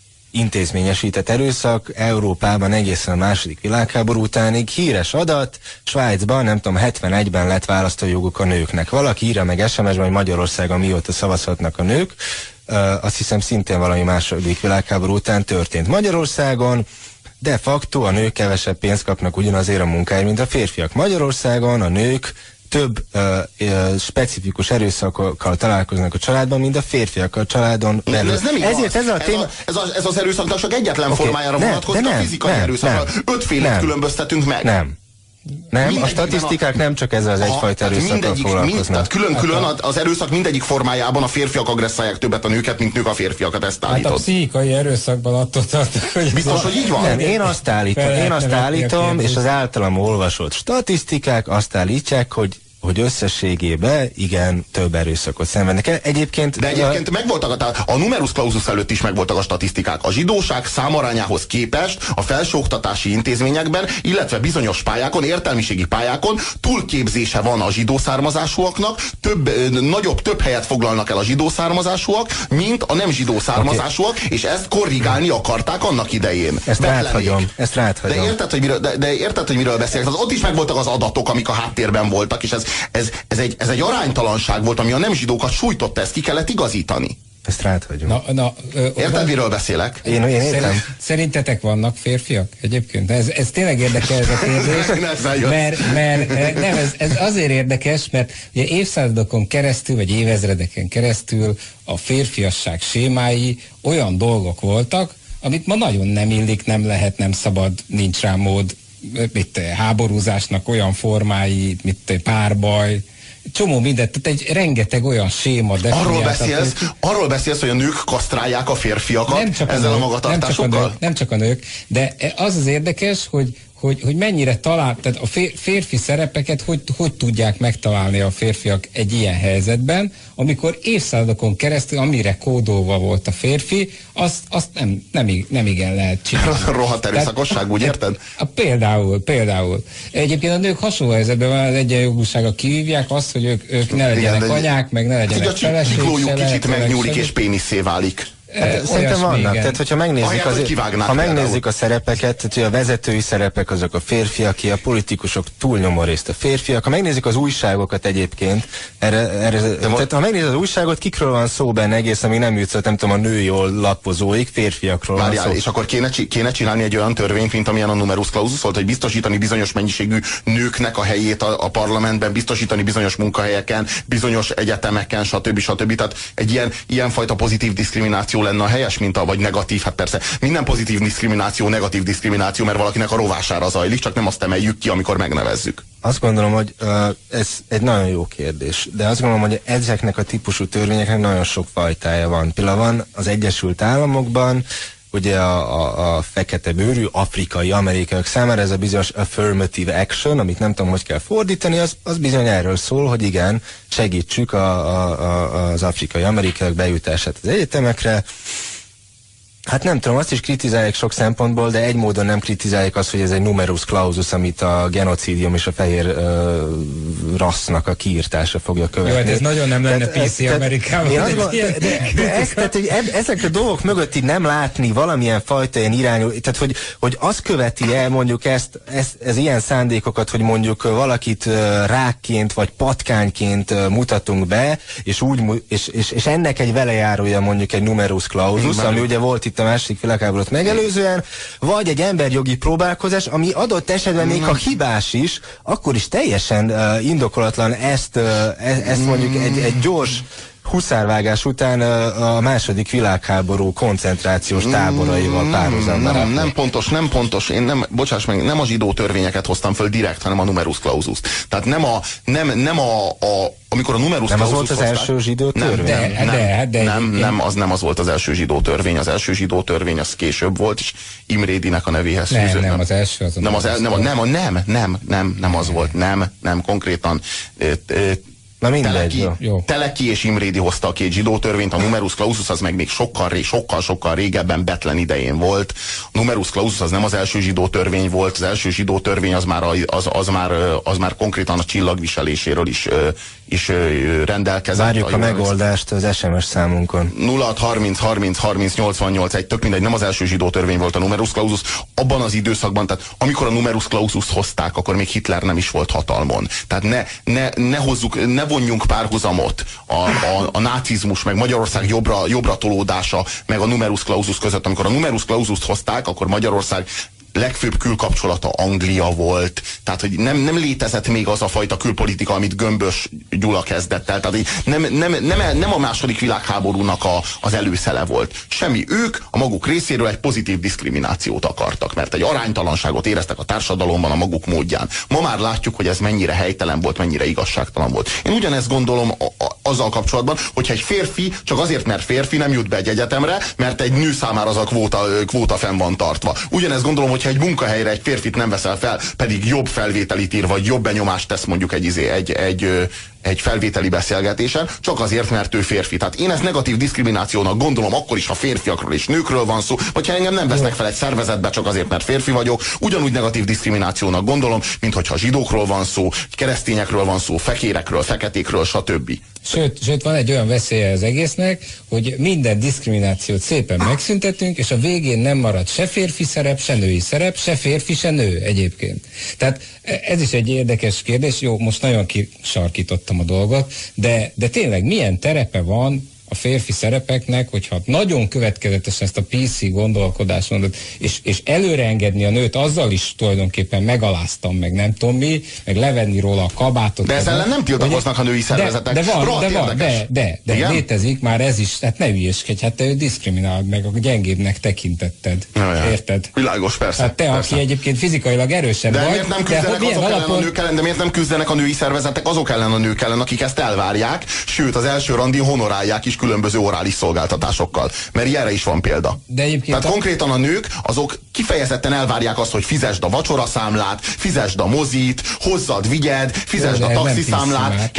Európában egészen a második világháború utánig. Híres adat, Svájcban, nem tudom, 71-ben lett választójoguk a nőknek. Valaki írja meg SMS-ben, hogy Magyarországon mióta szavazhatnak a nők. azt hiszem szintén valami második világháború után történt. Magyarországon de facto a nők kevesebb pénzt kapnak ugyanazért a munkáért, mint a férfiak. Magyarországon a nők több specifikus erőszakkal találkoznak a családban, mint a férfiak a családon belül. Ez nem igaz. Ezért ez az erőszaknak csak egyetlen formájára vonatkozik, a fizikai erőszakra. 5 félet különböztetünk meg. Nem, a statisztikák nem csak ezzel az egyfajta erőszakkal foglalkoznak. Tehát külön-külön az erőszak mindegyik formájában a férfiak agresszálják többet a nőket, mint nők a férfiakat, ezt állítod. Hát a pszichikai erőszakban attól tartok, hogy... Biztos, hogy így van? Nem, én azt állítom, és az általam olvasott statisztikák azt állítják, hogy összességében igen, több erőszakot szenvednek el. Egyébként megvoltak a numerus clausus előtt is megvoltak a statisztikák. A zsidóság számarányához képest a felsőoktatási intézményekben, illetve bizonyos pályákon, értelmiségi pályákon túlképzése van a zsidó származásúaknak, több helyet foglalnak el a zsidó származásúak, mint a nem zsidó származásúak, és ezt korrigálni akarták annak idején. Ezt ráthagyom. De érted, hogy miről beszélek? Tehát ott is megvoltak az adatok, amik a háttérben voltak, és ez egy aránytalanság volt, ami a nem zsidókat sújtotta, ezt ki kellett igazítani. Ezt ráthagyom. Érted, miről beszélek? Én értem. Szerintetek vannak férfiak egyébként? Ez tényleg érdekel ez a kérdés. mert ez azért érdekes, mert ugye évszázadokon keresztül, vagy évezredeken keresztül a férfiasság sémái olyan dolgok voltak, amit ma nagyon nem illik, nem lehet, nem szabad, nincs rá mód, háborúzásnak olyan formái, párbaj, csomó mindent, tehát rengeteg olyan séma arról beszélsz, hogy a nők kasztrálják a férfiakat ezzel a magatartásokkal? Nem csak a nők, de az az érdekes, hogy mennyire tehát a férfi szerepeket hogy tudják megtalálni a férfiak egy ilyen helyzetben, amikor évszázadokon keresztül, amire kódolva volt a férfi, azt nem igen lehet csinálni. Rohadt erőszakosság, úgy érted? Például. Egyébként a nők hasonló helyzetben van, az egyenjogúsága kivívják azt, hogy ők ne legyenek anyák, meg ne legyenek feleség. A kicsit megnyúlik és péniszé válik. Szerintem vannak. Tehát, hogyha megnézzük a szerepeket, tehát, a vezetői szerepek azok a férfiaké, a politikusok túlnyomó részt a férfiak. Ha megnézzük az újságokat egyébként, tehát ha megnézzük az újságot, kikről van szó benne egész, amíg nem jutsz, nem tudom, a női lapozóig, férfiakról van szó. És akkor kéne csinálni egy olyan törvényt, mint amilyen a numerus clausus volt, hogy biztosítani bizonyos mennyiségű nőknek a helyét a parlamentben, biztosítani bizonyos munkahelyeken, bizonyos egyetemeken, stb. Tehát egy ilyenfajta pozitív diszkrimináció lenne a helyes, vagy negatív, hát persze minden pozitív diszkrimináció, negatív diszkrimináció, mert valakinek a rovására zajlik, csak nem azt emeljük ki, amikor megnevezzük. Azt gondolom, hogy ez egy nagyon jó kérdés, de azt gondolom, hogy ezeknek a típusú törvényeknek nagyon sok fajtája van. Például van az Egyesült Államokban, ugye a fekete bőrű afrikai amerikaiak számára ez a bizonyos affirmative action, amit nem tudom, hogy kell fordítani, az bizony erről szól, hogy igen, segítsük az afrikai amerikaiak bejutását az egyetemekre. Hát nem tudom, azt is kritizálják sok szempontból, de egy módon nem kritizálják azt, hogy ez egy numerus clausus, amit a genocidium és a fehér rassznak a kiírtása fogja követni. Jó, hát ez nagyon nem lenne PC Amerikában. Ezek a dolgok mögött így nem látni valamilyen fajta ilyen irányú, tehát hogy az követi el mondjuk ez ilyen szándékokat, hogy mondjuk valakit rákként vagy patkányként mutatunk be, és ennek egy velejárója mondjuk egy numerus clausus, ami ugye volt itt a második világháborút megelőzően, vagy egy emberjogi próbálkozás, ami adott esetben még ha hibás is, akkor is teljesen indokolatlan ezt mondjuk egy gyors huszárvágás után a második világháború koncentrációs táboraival párhuzamban. Nem pontos. Én bocsáss meg, nem a zsidó törvényeket hoztam föl direkt, hanem a numerus clausus. Tehát amikor a numerus clausus. Nem az volt az első zsidó törvény? Az nem az volt az első zsidó törvény. Az első zsidó törvény az később volt, és Imrédinek a nevéhez fűzött. Nem az első. Nem az volt. Nem, konkrétan. Na mindegy, Teleki és Imrédi hozta a két zsidó törvényt, a numerus clausus az meg még sokkal régebben Betlen idején volt. A numerus clausus az nem az első zsidó törvény volt, az első zsidó törvény az már konkrétan a csillagviseléséről rendelkezett. Várjuk a megoldást az SMS számunkon. 0630 tök mindegy, nem az első zsidó törvény volt a numerus clausus. Abban az időszakban, tehát amikor a numerus clausus hozták, akkor még Hitler nem is volt hatalmon. Tehát ne vonjunk párhuzamot a nácizmus, meg Magyarország jobbra tolódása, meg a numerus clausus között. Amikor a numerus clausust hozták, akkor Magyarország legfőbb külkapcsolata Anglia volt. Tehát, hogy nem létezett még az a fajta külpolitika, amit Gömbös Gyula kezdett el. Tehát nem a második világháborúnak az előszele volt. Semmi. Ők a maguk részéről egy pozitív diszkriminációt akartak, mert egy aránytalanságot éreztek a társadalomban a maguk módján. Ma már látjuk, hogy ez mennyire helytelen volt, mennyire igazságtalan volt. Én ugyanezt gondolom azzal kapcsolatban, hogyha egy férfi csak azért, mert férfi nem jut be egy egyetemre, mert egy nő számára az a kvóta fenn van tartva. Ugyanezt gondolom, hogyha egy munkahelyre egy férfit nem veszel fel, pedig jobb felvételit ír, vagy jobb benyomást tesz mondjuk egy felvételi beszélgetésen, csak azért, mert ő férfi. Tehát én ezt negatív diszkriminációnak gondolom, akkor is, ha férfiakról és nőkről van szó, vagy ha engem nem vesznek fel egy szervezetbe, csak azért, mert férfi vagyok, ugyanúgy negatív diszkriminációnak gondolom, mint hogyha zsidókról van szó, keresztényekről van szó, fekérekről, feketékről, stb. Sőt, van egy olyan veszélye az egésznek, hogy minden diszkriminációt szépen megszüntetünk, és a végén nem marad se férfi szerep, se női szerep, se férfi, se nő egyébként. Tehát ez is egy érdekes kérdés. Jó, most nagyon kisarkítottam a dolgot, de tényleg milyen terepe van a férfi szerepeknek, hogyha nagyon következetesen ezt a PC gondolkodást mondod, és előre engedni a nőt, azzal is tulajdonképpen megaláztam, meg nem tudom mi, meg levenni róla a kabátot. De ezzel nem tiltakoznak a női szervezetek. De létezik már ez is, hát ne ügyeskedj, hát te diszkriminálod meg, a gyengébbnek tekintetted. Érted? Világos, persze. Hát te, persze. Aki egyébként fizikailag erősebb vagy. Miért nem küzdenek azok ellen a nők ellen, de miért nem küzdenek a női szervezetek azok ellen a nők ellen, akik ezt elvárják, sőt az első randin honorálják is különböző orális szolgáltatásokkal. Mert ilyenre is van példa. De tehát konkrétan a nők, azok kifejezetten elvárják azt, hogy fizesd a vacsoraszámlát, fizesd a mozit, hozzad, vigyed, fizesd a taxiszámlát,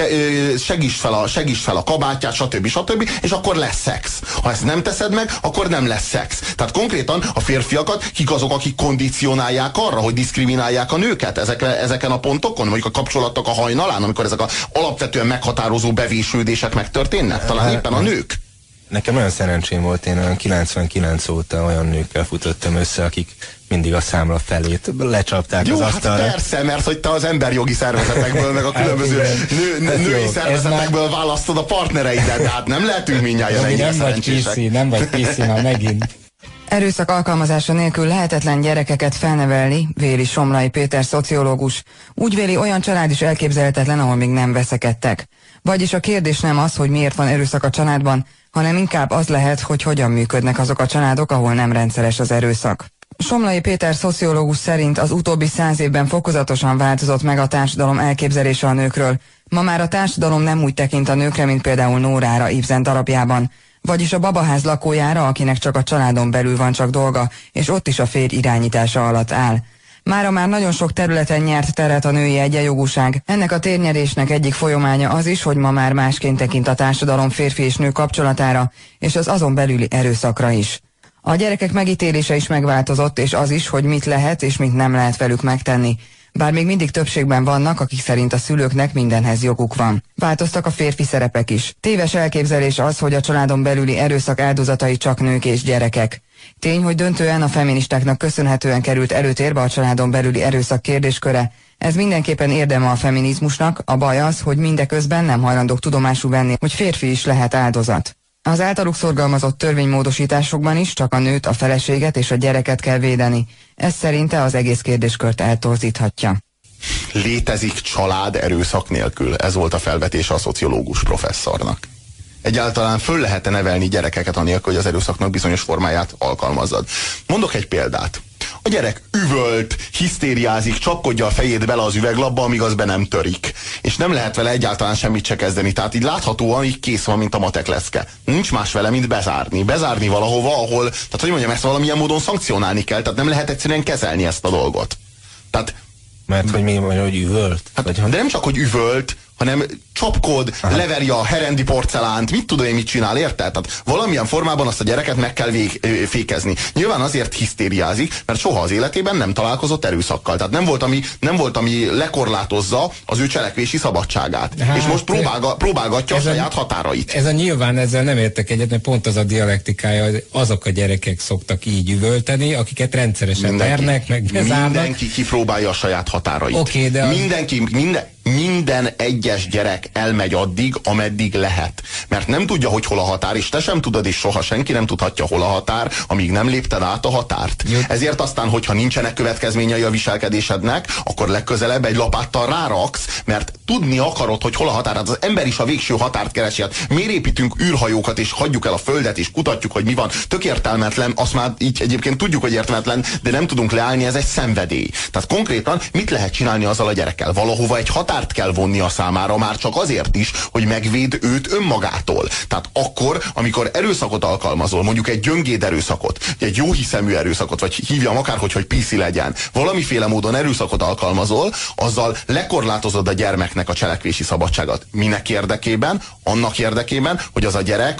segíts fel a kabátját, stb. És akkor lesz szex. Ha ezt nem teszed meg, akkor nem lesz szex. Tehát konkrétan a férfiakat, kik azok, akik kondicionálják arra, hogy diszkriminálják a nőket ezeken a pontokon, mondjuk a kapcsolatok a hajnalán, amikor ezek a alapvetően meghatározó bevésődések megtörténnek? Talán éppen a nők. Nekem olyan szerencsém volt, én olyan 99 óta olyan nőkkel futottam össze, akik mindig a számla felét lecsapták az asztalra. Hát persze, mert hogy te az emberjogi szervezetekből, meg a különböző női szervezetekből választod a partnereidet, de hát nem lehetünk mindnyájan ennyire szerencsések. Nem vagy PC már megint. Erőszak alkalmazása nélkül lehetetlen gyerekeket felnevelni, véli Somlai Péter szociológus. Úgy véli, olyan család is elképzelhetetlen, ahol még nem veszekedtek. Vagyis a kérdés nem az, hogy miért van erőszak a családban, hanem inkább az lehet, hogy hogyan működnek azok a családok, ahol nem rendszeres az erőszak. Somlai Péter szociológus szerint az utóbbi 100 évben fokozatosan változott meg a társadalom elképzelése a nőkről. Ma már a társadalom nem úgy tekint a nőkre, mint például Nórára Ibsen darabjában, vagyis a babaház lakójára, akinek csak a családon belül van csak dolga, és ott is a férj irányítása alatt áll. Mára már nagyon sok területen nyert teret a női egyenjogúság. Ennek a térnyerésnek egyik folyamánya az is, hogy ma már másként tekint a társadalom férfi és nő kapcsolatára, és az azon belüli erőszakra is. A gyerekek megítélése is megváltozott, és az is, hogy mit lehet és mit nem lehet velük megtenni. Bár még mindig többségben vannak, akik szerint a szülőknek mindenhez joguk van. Változtak a férfi szerepek is. Téves elképzelés az, hogy a családon belüli erőszak áldozatai csak nők és gyerekek. Tény, hogy döntően a feministáknak köszönhetően került előtérbe a családon belüli erőszak kérdésköre. Ez mindenképpen érdeme a feminizmusnak, a baj az, hogy mindeközben nem hajlandók tudomásul venni, hogy férfi is lehet áldozat. Az általuk szorgalmazott törvénymódosításokban is csak a nőt, a feleséget és a gyereket kell védeni. Ez szerinte az egész kérdéskört eltorzíthatja. Létezik család erőszak nélkül? Ez volt a felvetése a szociológus professzornak. Egyáltalán föl lehet-e nevelni gyerekeket anélkül, hogy az erőszaknak bizonyos formáját alkalmazzad? Mondok egy példát. A gyerek üvölt, hisztériázik, csapkodja a fejét bele az üveglapba, amíg az be nem törik. És nem lehet vele egyáltalán semmit se kezdeni. Tehát így láthatóan így kész van, mint a matek leszke. Nincs más vele, mint bezárni. Bezárni valahova, ahol, tehát hogy mondjam, ezt valamilyen módon szankcionálni kell. Tehát nem lehet egyszerűen kezelni ezt a dolgot. Tehát, mert hogy mi, hogy üvölt? Hát, de nem csak, hogy üvölt, hanem csapkod, leveri a herendi porcelánt, mit tudom én, mit csinál, érted? Tehát valamilyen formában azt a gyereket meg kell fékezni. Nyilván azért hisztériázik, mert soha az életében nem találkozott erőszakkal. Tehát nem volt, ami lekorlátozza az ő cselekvési szabadságát. Hát, és most próbálgatja a saját határait. Nyilván ezzel nem értek egyet, mert pont az a dialektikája, hogy azok a gyerekek szoktak így üvölteni, akiket rendszeresen vernek, meg bezárnak. Mindenki kipróbálja a saját határait. Okay, de minden egyes gyerek elmegy addig, ameddig lehet. Mert nem tudja, hogy hol a határ, és te sem tudod, és soha senki nem tudhatja, hol a határ, amíg nem lépted át a határt. Jó. Ezért aztán, hogyha nincsenek következményei a viselkedésednek, akkor legközelebb egy lapáttal ráraksz, mert tudni akarod, hogy hol a határ. Hát az ember is a végső határt keresi. Hát miért építünk űrhajókat, és hagyjuk el a földet, és kutatjuk, hogy mi van? Tök értelmetlen, azt már így egyébként tudjuk, hogy értelmetlen, de nem tudunk leállni, ez egy szenvedély. Tehát konkrétan mit lehet csinálni azzal a gyerekkel? Valahova egy határt kell vonni a számára, már csak azért is, hogy megvéd őt önmagától. Tehát akkor, amikor erőszakot alkalmazol, mondjuk egy gyöngéd erőszakot, egy jóhiszemű erőszakot, vagy hívjam akárhogy, hogy PC legyen, valamiféle módon erőszakot alkalmazol, azzal lekorlátozod a gyermeknek a cselekvési szabadságát. Minek érdekében? Annak érdekében, hogy az a gyerek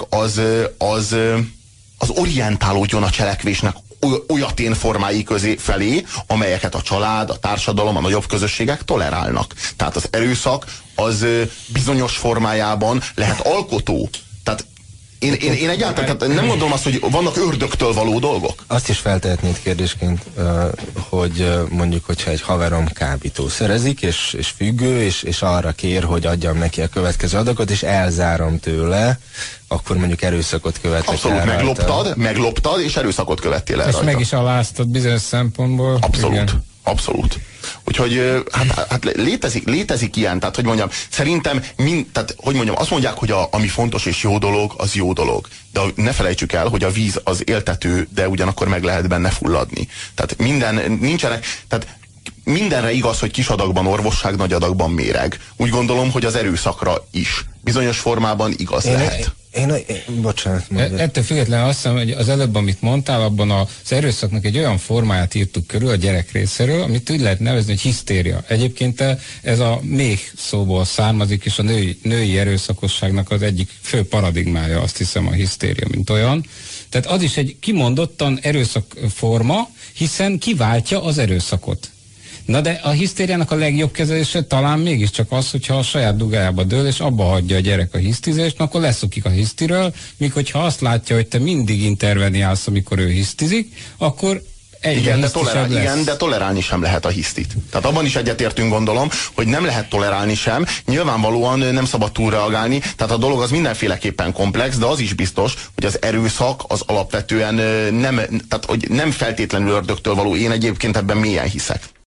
az orientálódjon a cselekvésnek olyatén formái felé, amelyeket a család, a társadalom, a nagyobb közösségek tolerálnak. Tehát az erőszak az bizonyos formájában lehet alkotó. Tehát én egyáltalán nem gondolom azt, hogy vannak ördögtől való dolgok. Azt is feltehetnéd kérdésként, hogy mondjuk, hogyha egy haverom kábítószerezik, és függő, és arra kér, hogy adjam neki a következő adagot, és elzárom tőle, akkor mondjuk erőszakot követek. Abszolút, megloptad, és erőszakot követtél el. És rajta. Meg is aláztad bizonyos szempontból. Abszolút, igen. Abszolút. Úgyhogy hát létezik ilyen, tehát hogy mondjam, szerintem tehát, hogy mondjam, azt mondják, hogy ami fontos és jó dolog, az jó dolog. De ne felejtsük el, hogy a víz az éltető, de ugyanakkor meg lehet benne fulladni. Tehát tehát mindenre igaz, hogy kis adagban orvosság, nagy adagban méreg. Úgy gondolom, hogy az erőszakra is bizonyos formában igaz lehet. Bocsánat. Ettől függetlenül azt hiszem, hogy az előbb, amit mondtál, abban az erőszaknak egy olyan formáját írtuk körül a gyerek részéről, amit úgy lehet nevezni, hogy hisztéria. Egyébként ez a méh szóból származik, és a női erőszakosságnak az egyik fő paradigmája, azt hiszem, a hisztéria, mint olyan. Tehát az is egy kimondottan erőszakforma, hiszen kiváltja az erőszakot. Na de a hisztériának a legjobb kezelése talán mégiscsak az, hogyha a saját dugájába dől, és abba hagyja a gyerek a hisztizést, akkor leszokik a hisztiről, míg hogyha azt látja, hogy te mindig interveniálsz, amikor ő hisztizik, akkor igen, de tolerálni sem lehet a hisztit. Tehát abban is egyetértünk, gondolom, hogy nem lehet tolerálni sem, nyilvánvalóan nem szabad túlreagálni, tehát a dolog az mindenféleképpen komplex, de az is biztos, hogy az erőszak az alapvetően tehát, hogy nem feltétlenül ördögtől való, én egyébként ebben mélyen hiszek.